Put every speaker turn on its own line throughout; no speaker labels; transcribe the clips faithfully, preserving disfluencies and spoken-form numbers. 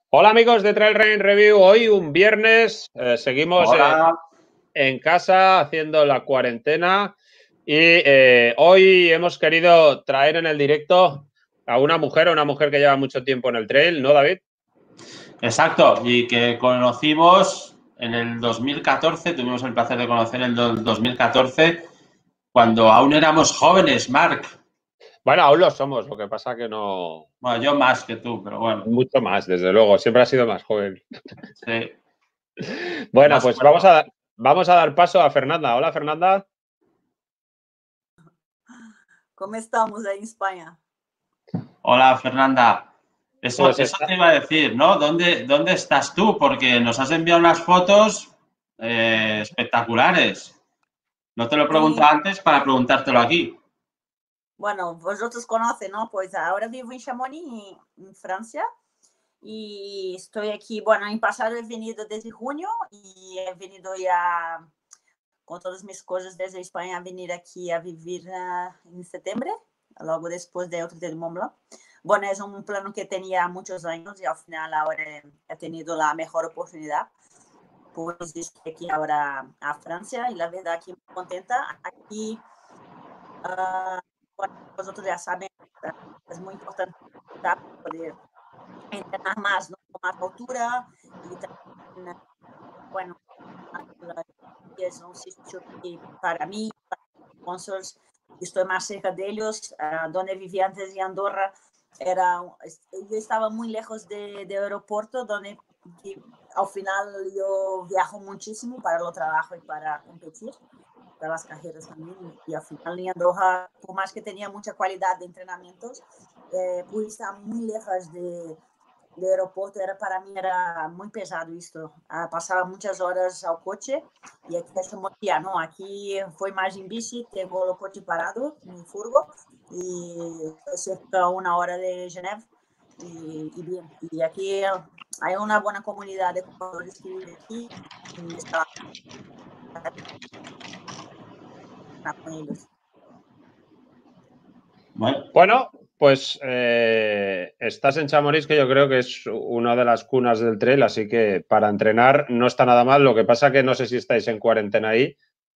Hola amigos de Trail Running Review, hoy un viernes, eh, seguimos eh,
Hola.
en casa haciendo la cuarentena y eh, hoy hemos querido traer en el directo a una mujer, a una mujer que lleva mucho tiempo en el trail, ¿no, David?
Exacto, y que conocimos en el dos mil catorce, tuvimos el placer de conocer en el dos mil catorce, cuando aún éramos jóvenes, Marc.
Bueno, aún lo somos, lo que pasa que no
Bueno, yo más que tú, pero bueno,
mucho más, desde luego, siempre ha sido más joven.
sí,
Bueno,
más
pues vamos
cuerpo.
a, vamos a dar paso a Fernanda. Hola, Fernanda.
¿Cómo estamos ahí en España?
Hola, Fernanda. Eso,
Pues
eso
está,
te iba a decir, ¿no? ¿Dónde, dónde estás tú? Porque nos has enviado unas fotos eh, espectaculares. No te lo he
Sí,
preguntado antes para preguntártelo aquí.
bueno, vosotros conocen, ¿no? Pues ahora vivo en Chamonix, en Francia, y estoy aquí, bueno, en pasado he venido desde junio y he venido ya con todas mis cosas desde España a venir aquí a vivir uh, en septiembre, luego después de otro del Mont Blanc. Bueno, es un plano que tenía muchos años y al final ahora he tenido la mejor oportunidad. Pues estoy aquí ahora a Francia y la verdad aquí muy contenta. Aquí Uh, bueno, vosotros ya saben, es muy importante poder entrenar más, ¿no? Con más altura y también, bueno, es un sitio que para mí, para los sponsors, estoy más cerca de ellos. Uh, donde vivía antes de Andorra, era, yo estaba muy lejos de, de aeropuerto, donde que, al final yo viajo muchísimo para el trabajo y para competir. De las carreras también, y al final en Andorra, por más que tenía mucha calidad de entrenamientos, eh, por estar muy lejos de, de aeropuerto, era, para mí era muy pesado esto. Ah, pasaba muchas horas al coche y aquí es como ya, ¿no? Aquí fue más en bici, tengo el coche parado, mi furgo, y estoy cerca de una hora de Genève. Y, y bien, y aquí hay una buena comunidad de corredores que viven aquí y está con ellos.
Bueno,
Bueno, pues eh, estás en Chamonix, que yo creo que es una de las cunas del trail, así que para entrenar no está nada mal. Lo que pasa que no sé si estáis en cuarentena ahí.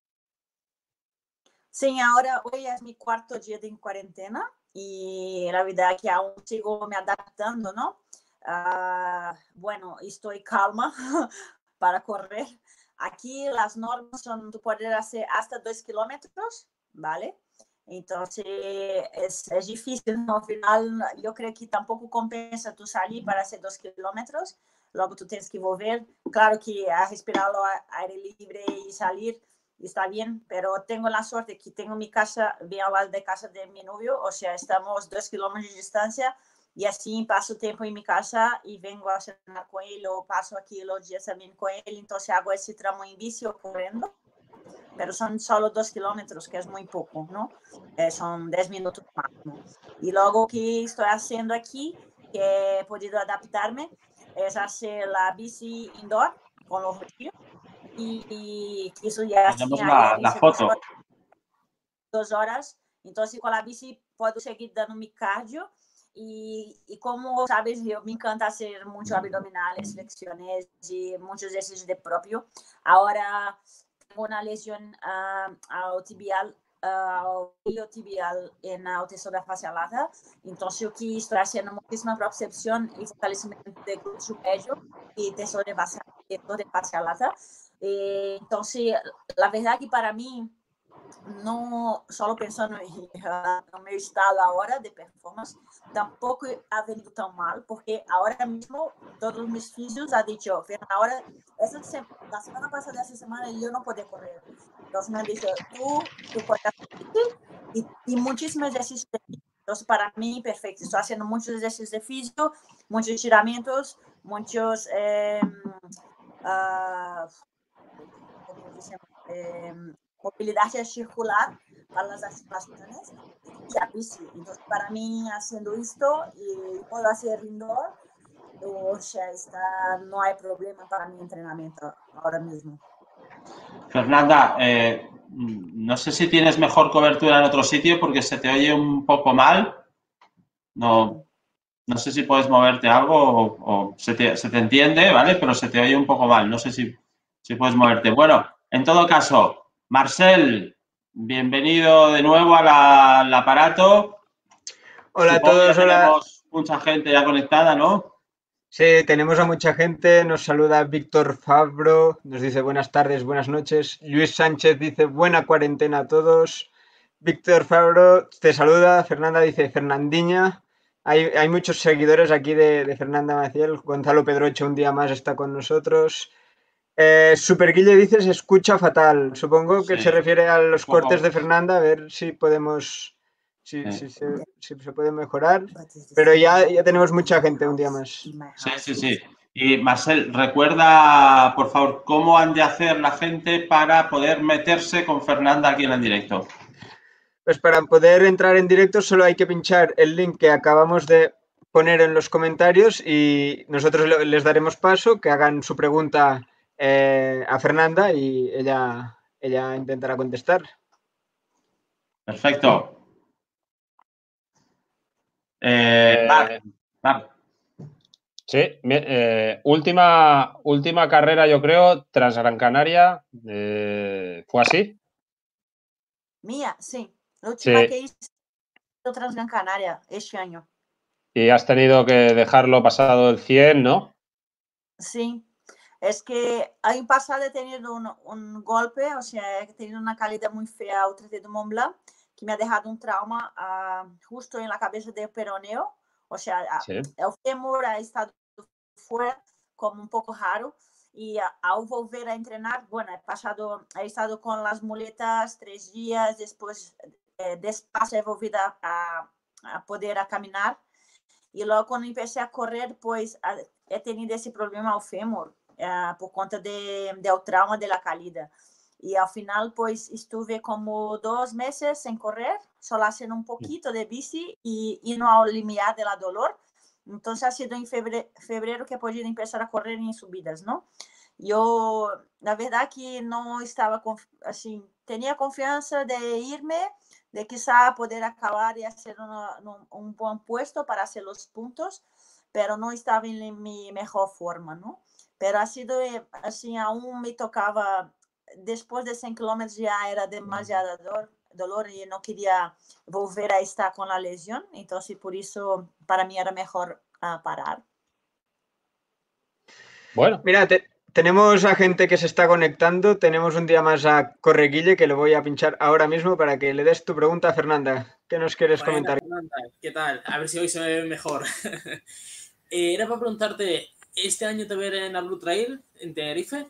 Sí, ahora hoy es mi cuarto día de cuarentena y la verdad que aún sigo me adaptando, ¿no? Uh, bueno, estoy calma para correr. Aquí las normas son, tú puedes hacer hasta dos kilómetros, ¿vale? Entonces es, es difícil, ¿no? Al final yo creo que tampoco compensa tú salir para hacer dos kilómetros, luego tú tienes que volver. Claro que a respirarlo a aire libre y salir está bien, pero tengo la suerte que tengo mi casa bien al lado de casa de mi novio, o sea, estamos dos kilómetros de distancia y así paso tiempo en mi casa y vengo a cenar con él o paso aquí los días también con él, entonces hago ese tramo en bici o corriendo, pero son solo dos kilómetros, que es muy poco, ¿no? Eh, son diez minutos máximo. Y luego que estoy haciendo aquí, que he podido adaptarme, es hacer la bici indoor con los rodillos y eso ya
tenemos
hacía ayer,
la, la
hice dos
foto.
horas, dos horas, entonces con la bici puedo seguir dando mi cardio y, y como sabes, yo me encanta hacer mucho abdominales, flexiones y muchos ejercicios de propio. Ahora tengo una lesión uh, al tibial, uh, tibial en la tesora facial lata, entonces aquí estoy haciendo muchísima propiocepción y fortalecimiento de glúteo medio y tesora facial lata. Eh, entonces, la verdad que para mí, no solo pensando en, uh, no meu estado ahora de performance, tampoco ha venido tan mal, porque ahora mismo todos mis fisios han dicho, ahora, esa se la semana pasada, esa semana yo no podía correr. Entonces me han dicho, tú, tú puedes hacer y, y muchísimos ejercicios de físico. Entonces, para mí, perfecto. Estoy haciendo muchos ejercicios de físico, muchos estiramientos, muchos... Eh, uh, como dicemos, eh, movilidad circular para las articulaciones y a bici. Entonces, para mí, haciendo esto, y puedo hacer indoor, o sea, está, no hay problema para mi entrenamiento ahora mismo.
Fernanda, eh, no sé si tienes mejor cobertura en otro sitio porque se te oye un poco mal. No. No sé si puedes moverte algo o, o se, te, se te entiende, ¿vale? Pero se te oye un poco mal. No sé si, si puedes moverte. Bueno, en todo caso, Marcel, bienvenido de nuevo a la, al aparato.
Hola a
Supongo que
todos,
ya
hola.
tenemos mucha gente ya conectada, ¿no?
Sí, tenemos a mucha gente. Nos saluda Víctor Fabro, nos dice buenas tardes, buenas noches. Luis Sánchez dice buena cuarentena a todos. Víctor Fabro te saluda. Fernanda dice Fernandiña. Hay, hay muchos seguidores aquí de, de Fernanda Maciel. Gonzalo Pedrocho un día más está con nosotros. Eh, Superguille dice se escucha fatal. Supongo que
Sí,
se refiere a los
poco.
cortes de Fernanda, a ver si podemos, si,
Sí.
si, se, si se puede mejorar. Pero ya, ya tenemos mucha gente un día más.
Sí, sí, sí. Y Marcel, recuerda, por favor, cómo han de hacer la gente para poder meterse con Fernanda aquí en el directo.
Pues para poder entrar en directo solo hay que pinchar el link que acabamos de poner en los comentarios y nosotros les daremos paso, que hagan su pregunta eh, a Fernanda y ella, ella intentará contestar.
Perfecto. Eh, Marc, Marc.
Sí, eh, última, última carrera, yo creo, Transgran Canaria. Eh, ¿Fue así?
Mía, sí. La última
Sí.
que hice Transgran Canaria este año.
Y has tenido que dejarlo pasado el cien, ¿no?
Sí. Es que año pasado he tenido un, un golpe, o sea, he tenido una caída muy fea al treinta de Mont Blanc, que me ha dejado un trauma uh, justo en la cabeza del peroneo. O sea, sí. El fémur ha estado fuera, como un poco raro. Y uh, al volver a entrenar, bueno, he pasado, he estado con las muletas tres días, después eh, despacio he volvido a, a, a poder a caminar. Y luego cuando empecé a correr, pues he tenido ese problema al fémur. Uh, por conta de, del trauma de la caída. Y al final, pues, estuve como dos meses sin correr, solo haciendo un poquito de bici y, y no al limiar de la dolor. Entonces, ha sido en febrero, febrero que he podido empezar a correr en subidas, ¿no? Yo, la verdad que no estaba, así, tenía confianza de irme, de quizá poder acabar y hacer una, un, un buen puesto para hacer los puntos, pero no estaba en mi mejor forma, ¿no? Pero ha sido assim, aún me tocava, después de cien kilómetros ya era demasiado dolor, dolor y no quería volver a estar con la lesión, entonces por eso para mí era mejor uh, parar.
Bueno. Mira, te, tenemos a gente que se está conectando, tenemos un día más a Correguille que lo voy a pinchar ahora mismo para que le des tu pregunta a Fernanda. ¿Qué nos quieres
Buena,
comentar?
Fernanda, ¿qué tal? A ver si hoy se me ve mejor. eh, era para preguntarte, ¿este año te veré en la Blue Trail, en Tenerife?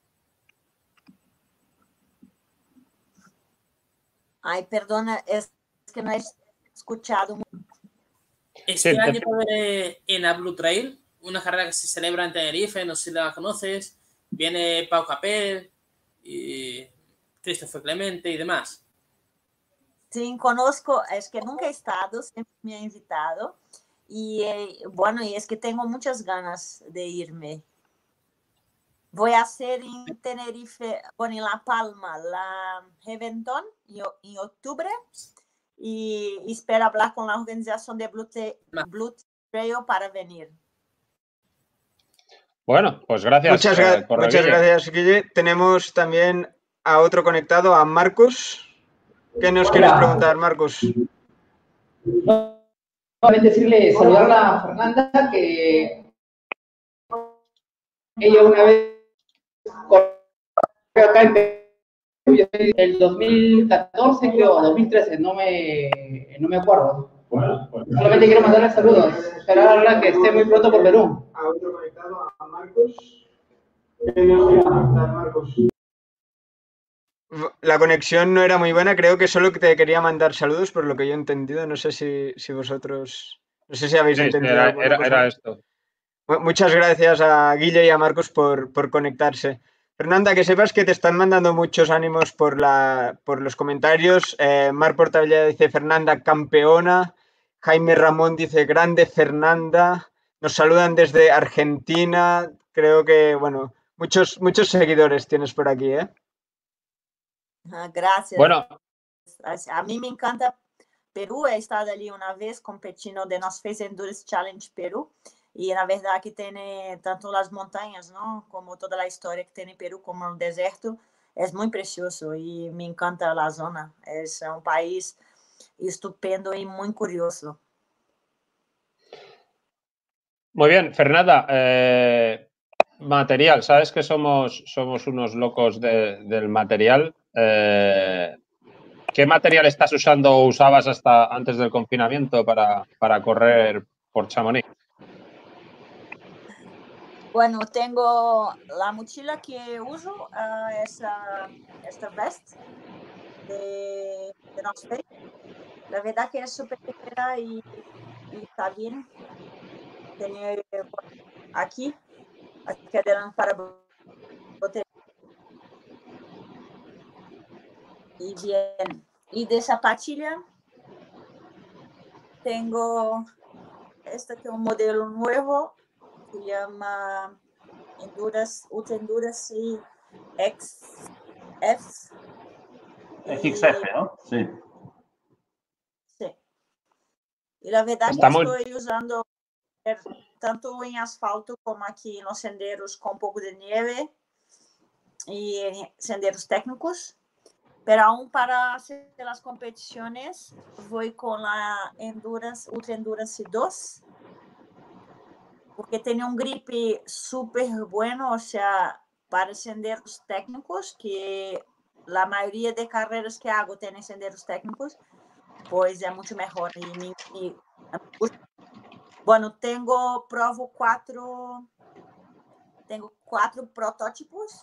Ay, perdona, es que no he escuchado.
Este sí, año te veré en la Blue Trail, una carrera que se celebra en Tenerife, no sé si la conoces. Viene Pau Capel y Christopher Clemente y demás.
Sí, conozco, es que nunca he estado, siempre me ha invitado. Y eh, bueno, y es que tengo muchas ganas de irme. Voy a hacer en Tenerife, bueno, en La Palma, la Reventón en octubre y espero hablar con la organización de Blue, Blue Trail para venir.
Bueno, pues gracias.
Muchas,
eh,
muchas gracias, Guille. Tenemos también a otro conectado, a Marcos. ¿Qué nos quieres preguntar, Marcos?
Solamente decirle, saludar a Fernanda, que ella una vez acá en el dos mil catorce, creo, dos mil trece, no me, no me acuerdo. Solamente quiero mandarle saludos, esperarla que esté muy pronto por Perú.
A otro conectado, a Marcos. ¿Qué nos quieres preguntar, Marcos? La conexión no era muy buena, creo que solo te quería mandar saludos, por lo que yo he entendido. No sé si, si vosotros, no sé si habéis
sí,
entendido.
Era,
alguna
era,
cosa.
era esto.
Muchas gracias a Guille y a Marcos por, por conectarse. Fernanda, que sepas que te están mandando muchos ánimos por, la, por los comentarios. Eh, Mar Portavilla dice Fernanda campeona. Jaime Ramón dice grande Fernanda. Nos saludan desde Argentina. Creo que, bueno, muchos, muchos seguidores tienes por aquí, ¿eh?
Gracias.
Bueno.
A mí me encanta Perú, he estado allí una vez competindo de North Face Endurance Challenge Perú, y la verdad que tiene tanto las montañas, ¿no? Como toda la historia que tiene Perú, como el desierto, es muy precioso y me encanta la zona. Es un país estupendo y muy curioso.
Muy bien, Fernanda, eh, material, sabes que somos, somos unos locos de, del material. Eh, ¿Qué material estás usando o usabas hasta antes del confinamiento para, para correr por Chamonix?
Bueno, tengo la mochila que uso, uh, esa, esta vest de, de North Face. La verdad que es súper ligera y, y está bien tener aquí, aquí adelante para botar. Y bien, y de zapatilla tengo este que es un modelo nuevo, se llama Endurance, Ultra Endurance X F.
X F, ¿no? Sí.
Sí. Y la verdad
Está
que
muy...
estoy usando tanto en asfalto como aquí en los senderos con un poco de nieve y en senderos técnicos. Pero aún para hacer las competiciones voy con la Endurance, Ultra Endurance dos, porque tiene un grip súper bueno, o sea, para senderos técnicos, que la mayoría de carreras que hago tienen senderos técnicos, pues es mucho mejor. Y mi, mi, bueno, tengo, provo cuatro, tengo cuatro prototipos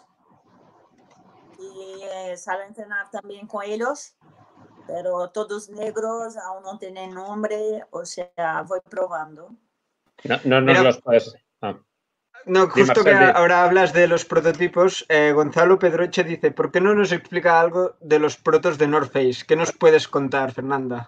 y eh, salgo a entrenar también con ellos, pero todos negros, aún no tienen nombre, o sea, voy probando.
No, no nos
Mira,
los puedes... Ah.
No,
Di,
justo
Marcel,
que
di.
ahora hablas de los prototipos, eh, Gonzalo Pedroche dice, ¿por qué no nos explica algo de los protos de North Face? ¿Qué nos puedes contar, Fernanda?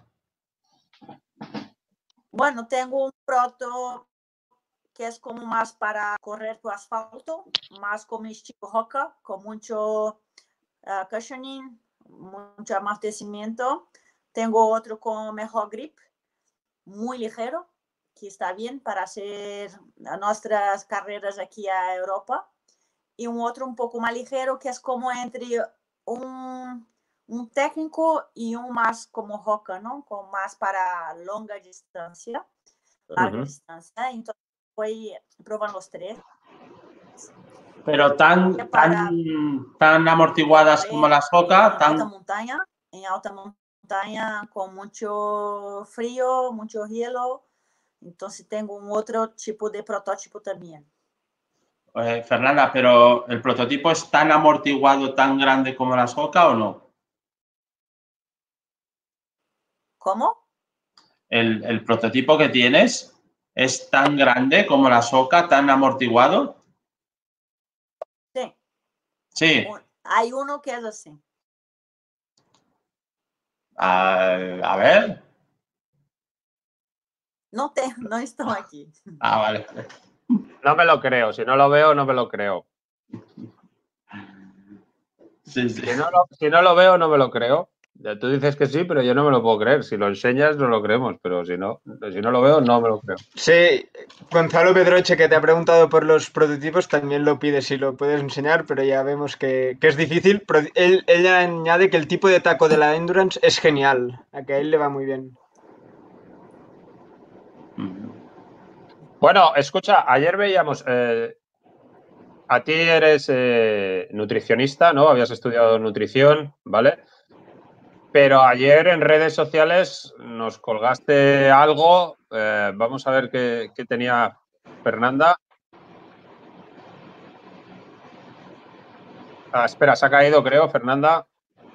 Bueno, tengo un proto que es como más para correr por asfalto, más como estilo roca, con mucho uh, cushioning, mucho amortecimiento. Tengo otro con mejor grip, muy ligero, que está bien para hacer nuestras carreras aquí a Europa. Y un otro un poco más ligero, que es como entre un, un técnico y un más como roca, ¿no? Con más para longa distancia, larga uh-huh. distancia. Entonces voy probando los tres.
Pero tan, para, tan, tan amortiguadas en, como las Hoka,
en
tan...
alta montaña, en alta montaña con mucho frío, mucho hielo. Entonces tengo un otro tipo de prototipo también.
Eh, Fernanda, pero ¿el prototipo es tan amortiguado, tan grande como las Hoka o no?
¿Cómo?
El, el prototipo que tienes es tan grande como las Hoka, tan amortiguado.
Sí.
Sí.
Hay uno que es así.
A, a ver.
No, te, no estoy aquí.
Ah, vale.
No me lo creo. Si no lo veo, no me lo creo.
Sí, sí.
Si, no lo, si no lo veo, no me lo creo. Tú dices que sí, pero yo no me lo puedo creer. Si lo enseñas, no lo creemos. Pero si no, si no lo veo, no me lo creo.
Sí, Gonzalo Pedroche, que te ha preguntado por los prototipos, también lo pide si lo puedes enseñar, pero ya vemos que, que es difícil. Él, él añade que el tipo de taco de la Endurance es genial, a que a él le va muy bien.
Bueno, escucha, ayer veíamos... Eh, a ti eres eh, nutricionista, ¿no? Habías estudiado nutrición, ¿vale? Pero ayer en redes sociales nos colgaste algo. Eh, vamos a ver qué, qué tenía Fernanda. Ah, espera, se ha caído, creo, Fernanda.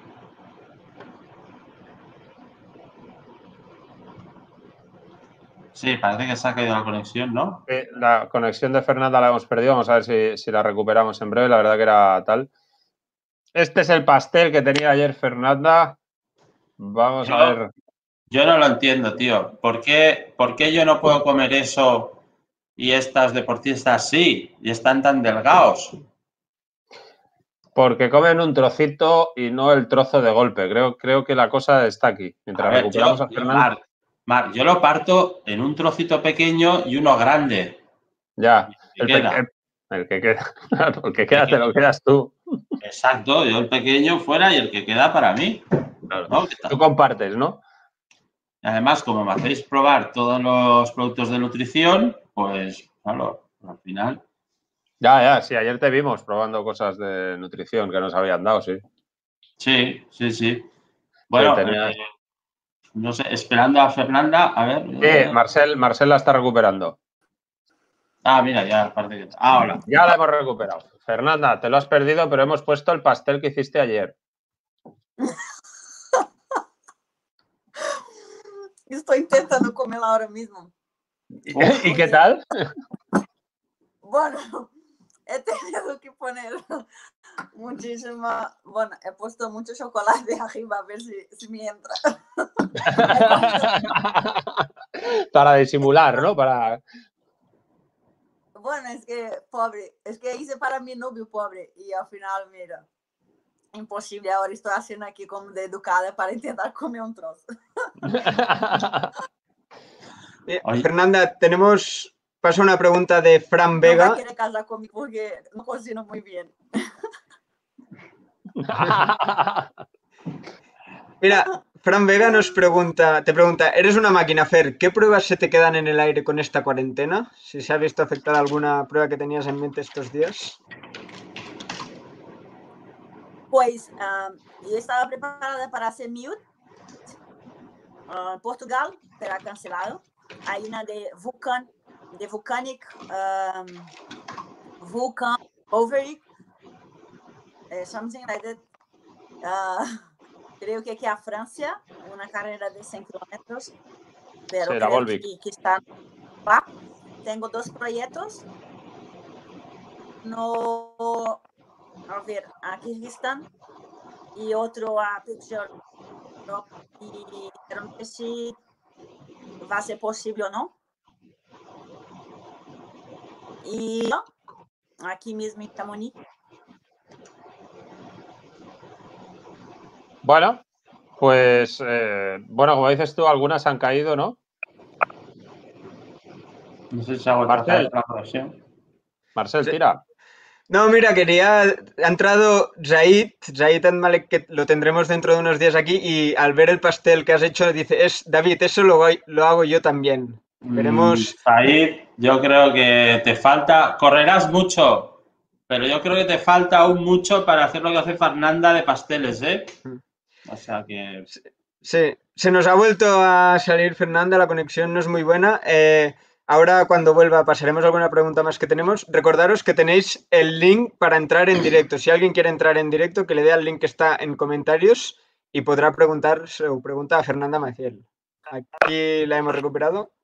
Sí, parece que se ha caído la conexión, ¿no?
Eh, la conexión de Fernanda la hemos perdido. Vamos a ver si, si la recuperamos en breve. La verdad que era tal. Este es el pastel que tenía ayer Fernanda. Vamos
yo,
a ver.
Yo no lo entiendo, tío. ¿Por qué, ¿Por qué yo no puedo comer eso y estas deportistas sí? Y están tan delgados.
Porque comen un trocito y no el trozo de golpe. Creo, creo que la cosa está aquí. Mientras
A ver,
recuperamos
yo,
a
yo,
Fernando.
Marc, Marc, yo lo parto en un trocito pequeño y uno grande.
Ya,
El
el,
que
pe-
queda.
el- el que queda. Claro, el que queda te lo quedas tú.
Exacto, yo el pequeño fuera y el que queda para mí.
Claro.
¿No? ¿Qué tal?
Tú compartes, ¿no?
Además, como me hacéis probar todos los productos de nutrición, pues, claro, al final.
Ya, ya, sí, ayer te vimos probando cosas de nutrición que nos habían dado, sí.
Sí, sí, sí. Bueno,
Sí, tenías-
eh, no sé, esperando a Fernanda, a ver.
Sí, Marcel, Marcel la está recuperando.
Ah, mira, ya parece que. Ah, hola.
Ya la hemos recuperado. Fernanda, te lo has perdido, pero hemos puesto el pastel que hiciste ayer.
Estou tentando comer ahora mismo.
¿Y, ¿y qué tal?
Bueno, he tenido que poner muchísima. Bueno, he puesto mucho chocolate arriba a ver si, si me entra.
Para disimular, ¿no? Para.
Bueno, es que, pobre, es que hice para mi novio pobre y al final, mira, imposible. Ahora estoy haciendo aquí como de educada para intentar comer un trozo.
Eh,
Oye.
Fernanda, tenemos, pasa una pregunta de Fran
No
Vega.
va a querer casar conmigo porque no cocino muy bien.
Mira, Fran Vega nos pregunta, te pregunta, ¿eres una máquina, Fer? ¿Qué pruebas se te quedan en el aire con esta cuarentena? Si se ha visto afectada alguna prueba que tenías en mente estos días.
Pues um, yo estaba preparada para hacer mute. Uh, Portugal, pero ha cancelado. Hay una de Vulcan, de Volcanic um, Vulcan Ovary, uh, something like that. Uh, creo que aquí a Francia, una carrera de cien kilómetros, pero
Sí, la
creo
Volvic.
que, que está lá. Tengo dos proyectos. No, a ver, a Kirguistán y otro a Picture. Y no sé si va a ser posible o no. Y ¿no? Aquí mismo en Chamonix.
Bueno, pues, eh, bueno, como dices tú, algunas han caído, ¿no?
No sé si se ha vuelto a caer la conexión.
Marcel,
Sí.
tira.
No, mira, quería, ha entrado Zaid, Zaid Malek, que lo tendremos dentro de unos días aquí, y al ver el pastel que has hecho, dice, es David, eso lo, voy- lo hago yo también. Veremos.
Said, yo creo que te falta, correrás mucho, pero yo creo que te falta aún mucho para hacer lo que hace Fernanda de pasteles, ¿eh? O sea que...
Sí, se nos ha vuelto a salir Fernanda, la conexión no es muy buena. Eh, ahora cuando vuelva pasaremos a alguna pregunta más que tenemos. Recordaros que tenéis el link para entrar en directo. Si alguien quiere entrar en directo, que le dé al link que está en comentarios y podrá preguntar su pregunta a Fernanda Maciel. Aquí la hemos recuperado.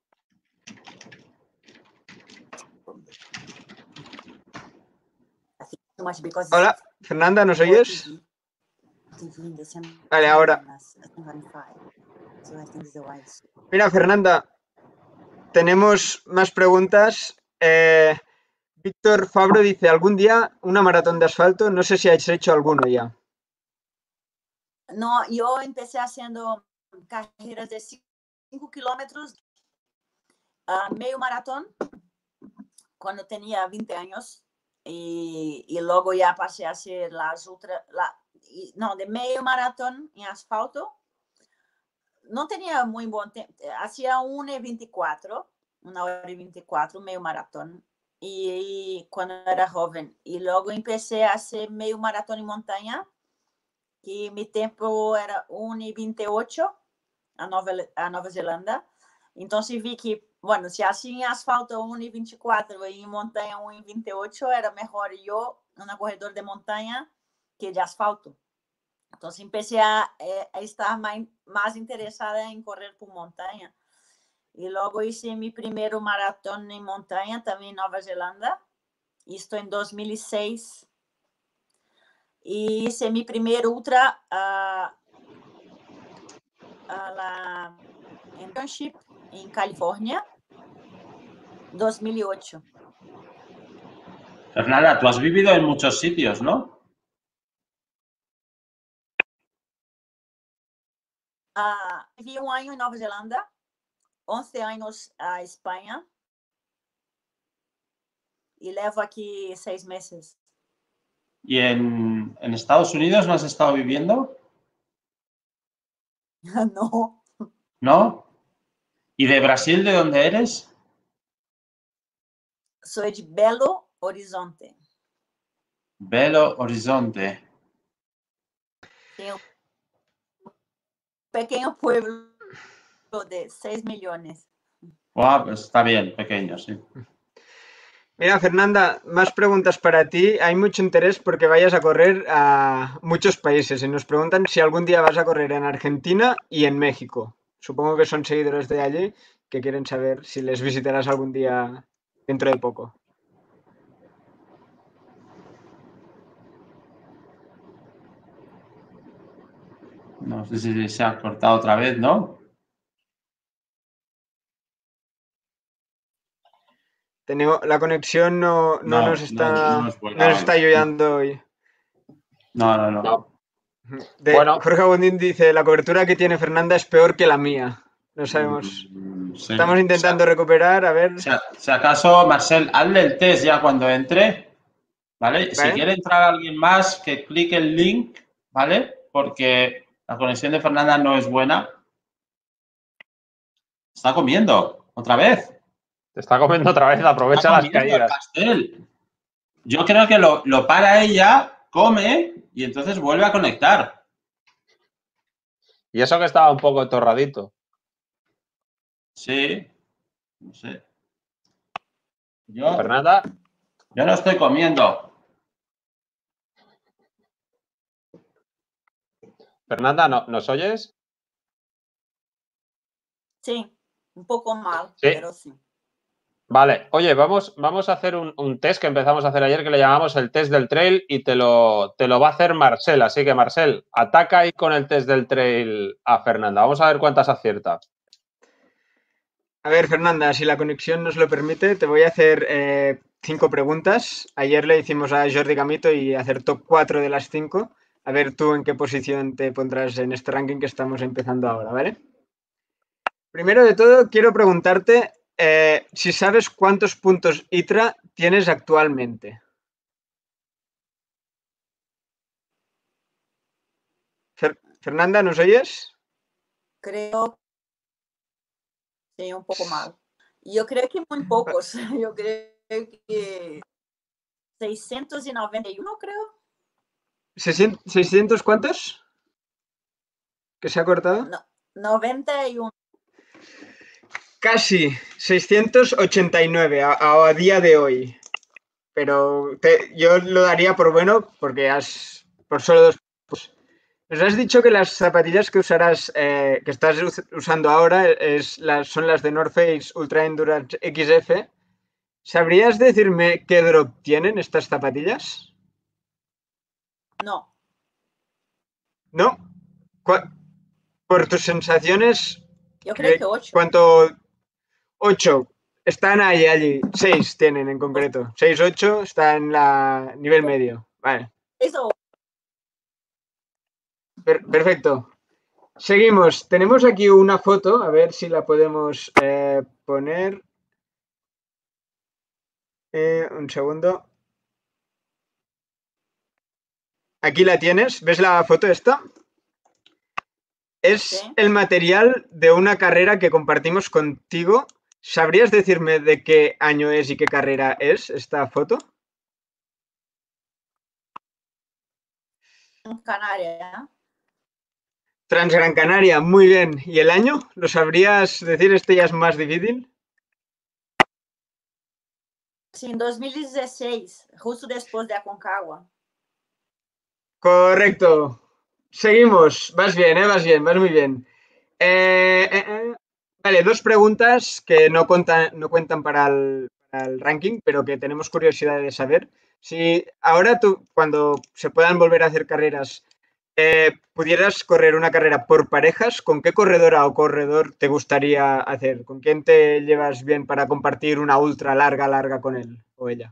Hola, Fernanda, ¿nos oyes? Vale, ahora. Mira, Fernanda, tenemos más preguntas. Eh, Víctor Fabro dice, ¿algún día una maratón de asfalto? No sé si has hecho alguno ya.
No, yo empecé haciendo carreras de cinco kilómetros, uh, medio maratón, cuando tenía veinte años. Y, y luego ya pasé a hacer las ultra, la, y, no, de medio maratón en asfalto. No tenía muy buen tiempo, hacía una y veinticuatro, una hora y veinticuatro, medio maratón, y, y cuando era joven. Y luego empecé a hacer medio maratón en montaña, que mi tiempo era una y veintiocho a Nueva, a Nueva Zelanda. Entonces vi que, bueno, si hacía en asfalto una y veinticuatro y en montaña una y veintiocho, era mejor yo, una corredora de montaña, que de asfalto. Entonces empecé a, a estar más, más interesada en correr por montaña. Y luego hice mi primer maratón en montaña, también en Nueva Zelanda. Esto en dos mil seis. Y hice mi primer ultra a, a la internship en California, dos mil ocho.
Fernanda, tú has vivido en muchos sitios, ¿no?
Uh, viví um ano em Nova Zelândia, once anos a Espanha y levo aquí seis meses.
¿Y en, en Estados Unidos no has estado viviendo?
No.
¿No? ¿Y de Brasil de dónde eres?
Soy de Belo Horizonte.
Belo Horizonte.
Tem um pequeno pueblo de seis millones.
Wow, pues está bien, pequeño, sí.
Mira, Fernanda, más preguntas para ti. Hay mucho interés porque vayas a correr a muchos países y nos preguntan si algún día vas a correr en Argentina y en México. Supongo que son seguidores de allí que quieren saber si les visitarás algún día dentro de poco.
No sé si se ha cortado otra vez, ¿no?
Tenemos, la conexión no, no,
No,
nos
no,
está,
no es buena
no nos
hoy.
está ayudando hoy.
No, no, no.
No.
De,
Bueno.
Jorge Abundín dice, la cobertura que tiene Fernanda es peor que la mía. No sabemos.
Mm, sí.
Estamos intentando
O sea,
recuperar, a ver.
Si, si acaso, Marcel, hazle el test ya cuando entre, ¿vale? Si
¿Vale?
quiere entrar alguien más, que clique el link, ¿vale? Porque la conexión de Fernanda no es buena. Está comiendo, otra vez.
Te está comiendo otra vez, aprovecha
Está
las
comiendo el
caídas.
pastel. Yo creo que lo, lo para ella, come y entonces vuelve a conectar.
Y eso que estaba un poco torradito.
Sí, no sé. Yo,
Fernanda,
yo no estoy comiendo.
Fernanda, ¿no, ¿nos oyes?
Sí, un poco mal,
Sí.
pero sí.
Vale, oye, vamos, vamos a hacer un, un test que empezamos a hacer ayer que le llamamos el test del trail y te lo, te lo va a hacer Marcel. Así que, Marcel, ataca ahí con el test del trail a Fernanda. Vamos a ver cuántas acierta.
A ver, Fernanda, si la conexión nos lo permite, te voy a hacer eh, cinco preguntas. Ayer le hicimos a Jordi Gamito y acertó cuatro de las cinco. A ver tú en qué posición te pondrás en este ranking que estamos empezando ahora, ¿vale? Primero de todo, quiero preguntarte eh, si sabes cuántos puntos I T R A tienes actualmente. Fer- Fernanda, ¿nos oyes?
Creo que sí, un poco mal. Yo creo que muy pocos. Yo creo que seiscientos noventa y uno, creo.
¿seiscientos cuántos? ¿Que se ha cortado?
No, noventa y uno.
Casi, seiscientos ochenta y nueve a, a día de hoy. Pero te, yo lo daría por bueno porque has por solo dos. Pues, nos has dicho que las zapatillas que usarás, eh, que estás usando ahora, es las, son las de North Face Ultra Endurance X F. ¿Sabrías decirme qué drop tienen estas zapatillas?
No.
¿No? Por tus sensaciones,
Yo creo que ocho.
¿cuánto? ocho. Están ahí, allí. seis tienen en concreto. seis, ocho está en la nivel medio. Vale.
Eso.
Per perfecto. Seguimos. Tenemos aquí una foto. A ver si la podemos eh, poner. Eh, un segundo. Aquí la tienes. ¿Ves la foto esta? Es
Sí.
el material de una carrera que compartimos contigo. ¿Sabrías decirme de qué año es y qué carrera es esta foto?
En Canarias.
Transgran Canaria, muy bien. ¿Y el año? ¿Lo sabrías decir? Este ya es más difícil.
Sí, en dos mil dieciséis, justo después de Aconcagua.
Correcto. Seguimos. Vas bien, ¿eh? Vas bien, vas muy bien. Eh, eh, eh. Vale, dos preguntas que no, cuentan, no cuentan para el, para el ranking, pero que tenemos curiosidad de saber. Si ahora tú, cuando se puedan volver a hacer carreras, eh, pudieras correr una carrera por parejas, ¿con qué corredora o corredor te gustaría hacer? ¿Con quién te llevas bien para compartir una ultra larga, larga con él o ella?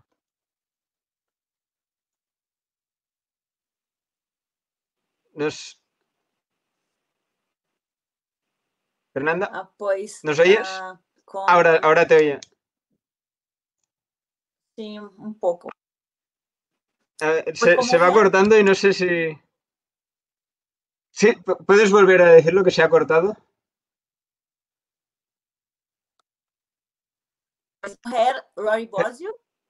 Nos... Fernanda,
Ah, pues,
¿nos oyes?
ah, con-
Ahora, ahora te oye.
Sí, un poco.
A ver,
Pues
se,
como
se va
ven-
cortando y no sé si... Sí, pu- ¿puedes volver a decir lo que se ha cortado?
mujer Rory Bosio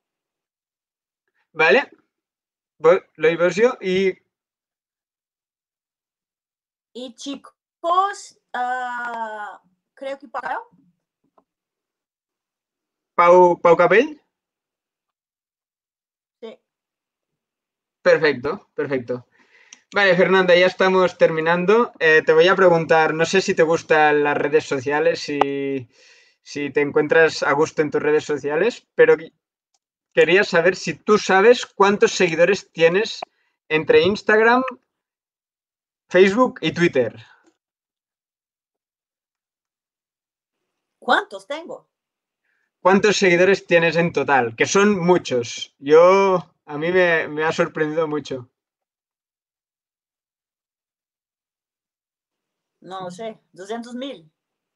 ¿Vale? Vo- Lo Ibosio y
y chicos, ah, creo que para
Pau, Pau Capell.
sí.
Perfecto, perfecto. Vale, Fernanda, ya estamos terminando. Eh, te voy a preguntar, no sé si te gustan las redes sociales, si, si te encuentras a gusto en tus redes sociales, pero qui- quería saber si tú sabes cuántos seguidores tienes entre Instagram, Facebook y Twitter.
¿Cuántos tengo?
¿Cuántos seguidores tienes en total? Que son muchos. Yo, a mí me, me ha sorprendido mucho.
No lo sé, doscientos mil.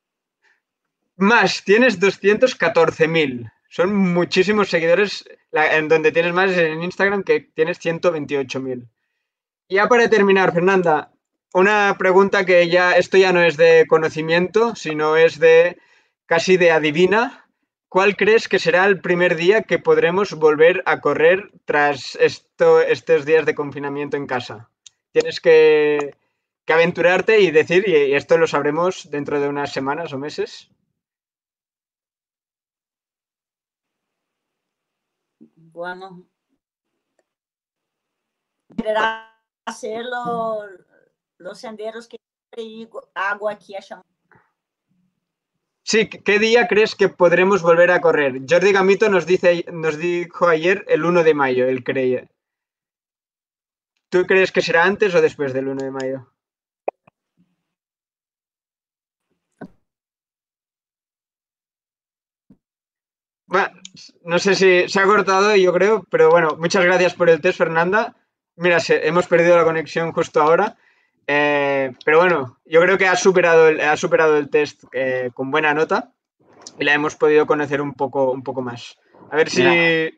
Más, tienes doscientos catorce mil. Son muchísimos seguidores. La- en donde tienes más es en Instagram, que tienes ciento veintiocho mil. Y ya para terminar, Fernanda, una pregunta que ya, esto ya no es de conocimiento, sino es de casi de adivina. ¿Cuál crees que será el primer día que podremos volver a correr tras esto, estos días de confinamiento en casa? Tienes que, que aventurarte y decir, y esto lo sabremos dentro de unas semanas o meses.
Bueno, quererá hacer lo- los senderos que siempre hago aquí a Chamonix.
Sí, ¿qué día crees que podremos volver a correr? Jordi Gamito nos, dice, nos dijo ayer el uno de mayo, él creía. ¿Tú crees que será antes o después del uno de mayo? Bueno, no sé si se ha cortado, yo creo, pero bueno, muchas gracias por el test, Fernanda. Mira, se, hemos perdido la conexión justo ahora. Eh, pero bueno, yo creo que ha superado el, ha superado el test eh, con buena nota y la hemos podido conocer un poco, un poco más. A ver si...
Mira.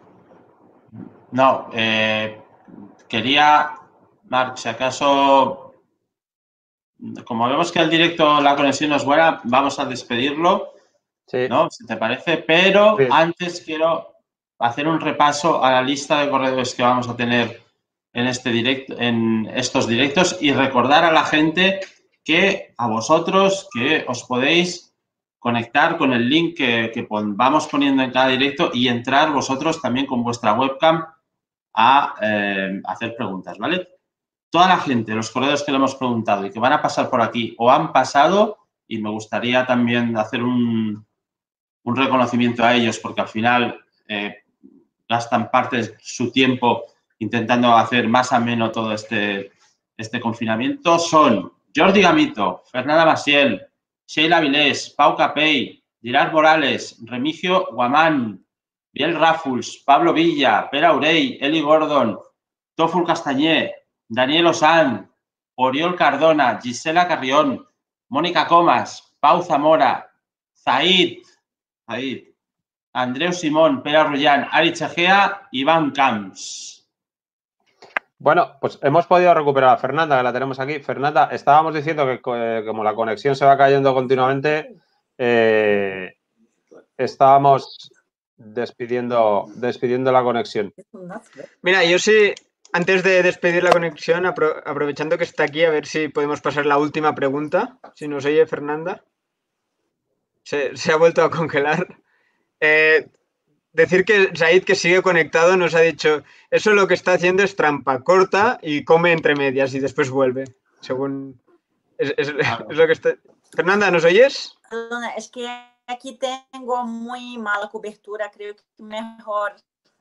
No, eh, quería, Marc, si acaso, como vemos que el directo la conexión no es buena, vamos a despedirlo,
Sí.
¿no? Si te parece, pero
Sí.
antes quiero hacer un repaso a la lista de corredores que vamos a tener en este directo, en estos directos, y recordar a la gente que a vosotros que os podéis conectar con el link que, que pon, vamos poniendo en cada directo y entrar vosotros también con vuestra webcam a eh, hacer preguntas, ¿vale? Toda la gente, los corredores que le hemos preguntado y que van a pasar por aquí o han pasado, y me gustaría también hacer un, un reconocimiento a ellos porque al final eh, gastan parte de su tiempo intentando hacer más ameno todo este, este confinamiento, son Jordi Gamito, Fernanda Maciel, Sheila Vilés, Pau Capell, Gerard Morales, Remigio Guamán, Biel Ràfols, Pablo Villa, Pere Aurell, Eli Gordon, Tòfol Castanyer, Daniel Osanz, Oriol Cardona, Gisela Carrión, Mónica Comas, Pau Zamora, Zaid, Zaid, Andreu Simón, Pere Rullán, Ari Chejea, Iván Camps.
Bueno, pues hemos podido recuperar a Fernanda, que la tenemos aquí. Fernanda, estábamos diciendo que eh, como la conexión se va cayendo continuamente, eh, estábamos despidiendo, despidiendo la conexión.
Mira, yo sí, antes de despedir la conexión, apro aprovechando que está aquí, a ver si podemos pasar la última pregunta. Si nos oye Fernanda. Se, se ha vuelto a congelar. Eh, decir que Said, que sigue conectado, nos ha dicho, eso lo que está haciendo es trampa, corta y come entre medias y después vuelve. Según... Es, es,
Claro.
es lo que está... Fernanda, ¿nos oyes?
Perdona, es que aquí tengo muy mala cobertura, creo que mejor.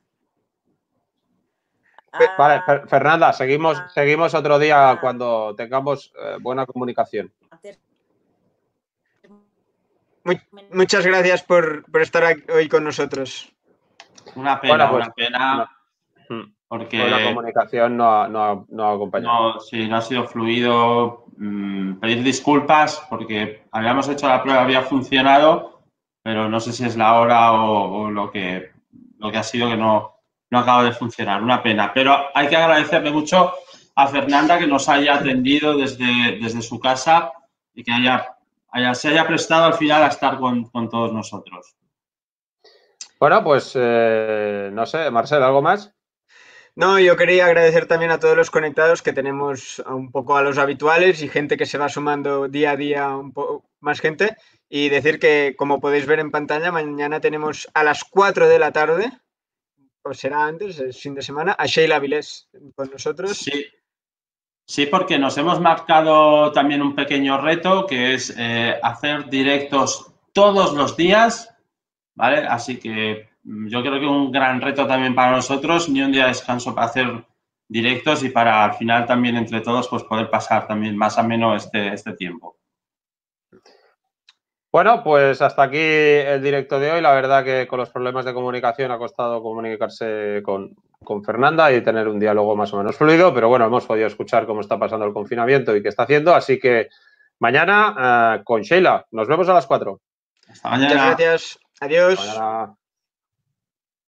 Fe- Vale,
ah,
Fer- Fernanda, seguimos,
ah,
seguimos otro día
ah,
cuando tengamos eh, buena comunicación.
ter-
Mu muchas gracias por, por estar aquí hoy con nosotros.
Una pena,
Bueno, pues,
una pena,
no. Mm.
porque
Pues la comunicación no ha, no ha- no ha acompañado.
no, sí, no ha sido fluido. mmm, pedir disculpas porque habíamos hecho la prueba, había funcionado, pero no sé si es la hora o, o lo, que, lo que ha sido que no, no acaba de funcionar. Una pena. Pero hay que agradecerle mucho a Fernanda que nos haya atendido desde, desde su casa y que haya, haya, se haya prestado al final a estar con, con todos nosotros.
Bueno, pues eh, no sé, Marcel, ¿algo más?
No, yo quería agradecer también a todos los conectados, que tenemos un poco a los habituales y gente que se va sumando día a día, un poco más gente, y decir que, como podéis ver en pantalla, mañana tenemos a las cuatro de la tarde, o será antes, es fin de semana, a Sheila Vilés con nosotros.
Sí. Sí, porque nos hemos marcado también un pequeño reto, que es eh, hacer directos todos los días, ¿vale? Así que yo creo que un gran reto también para nosotros, ni un día de descanso para hacer directos y para al final también entre todos pues poder pasar también más ameno este, este tiempo.
Bueno, pues hasta aquí el directo de hoy. La verdad que con los problemas de comunicación ha costado comunicarse con, con Fernanda y tener un diálogo más o menos fluido, pero bueno, hemos podido escuchar cómo está pasando el confinamiento y qué está haciendo, así que mañana uh, con Sheila. Nos vemos a las cuatro.
Hasta mañana.
Muchas gracias. Adiós.
Hasta mañana.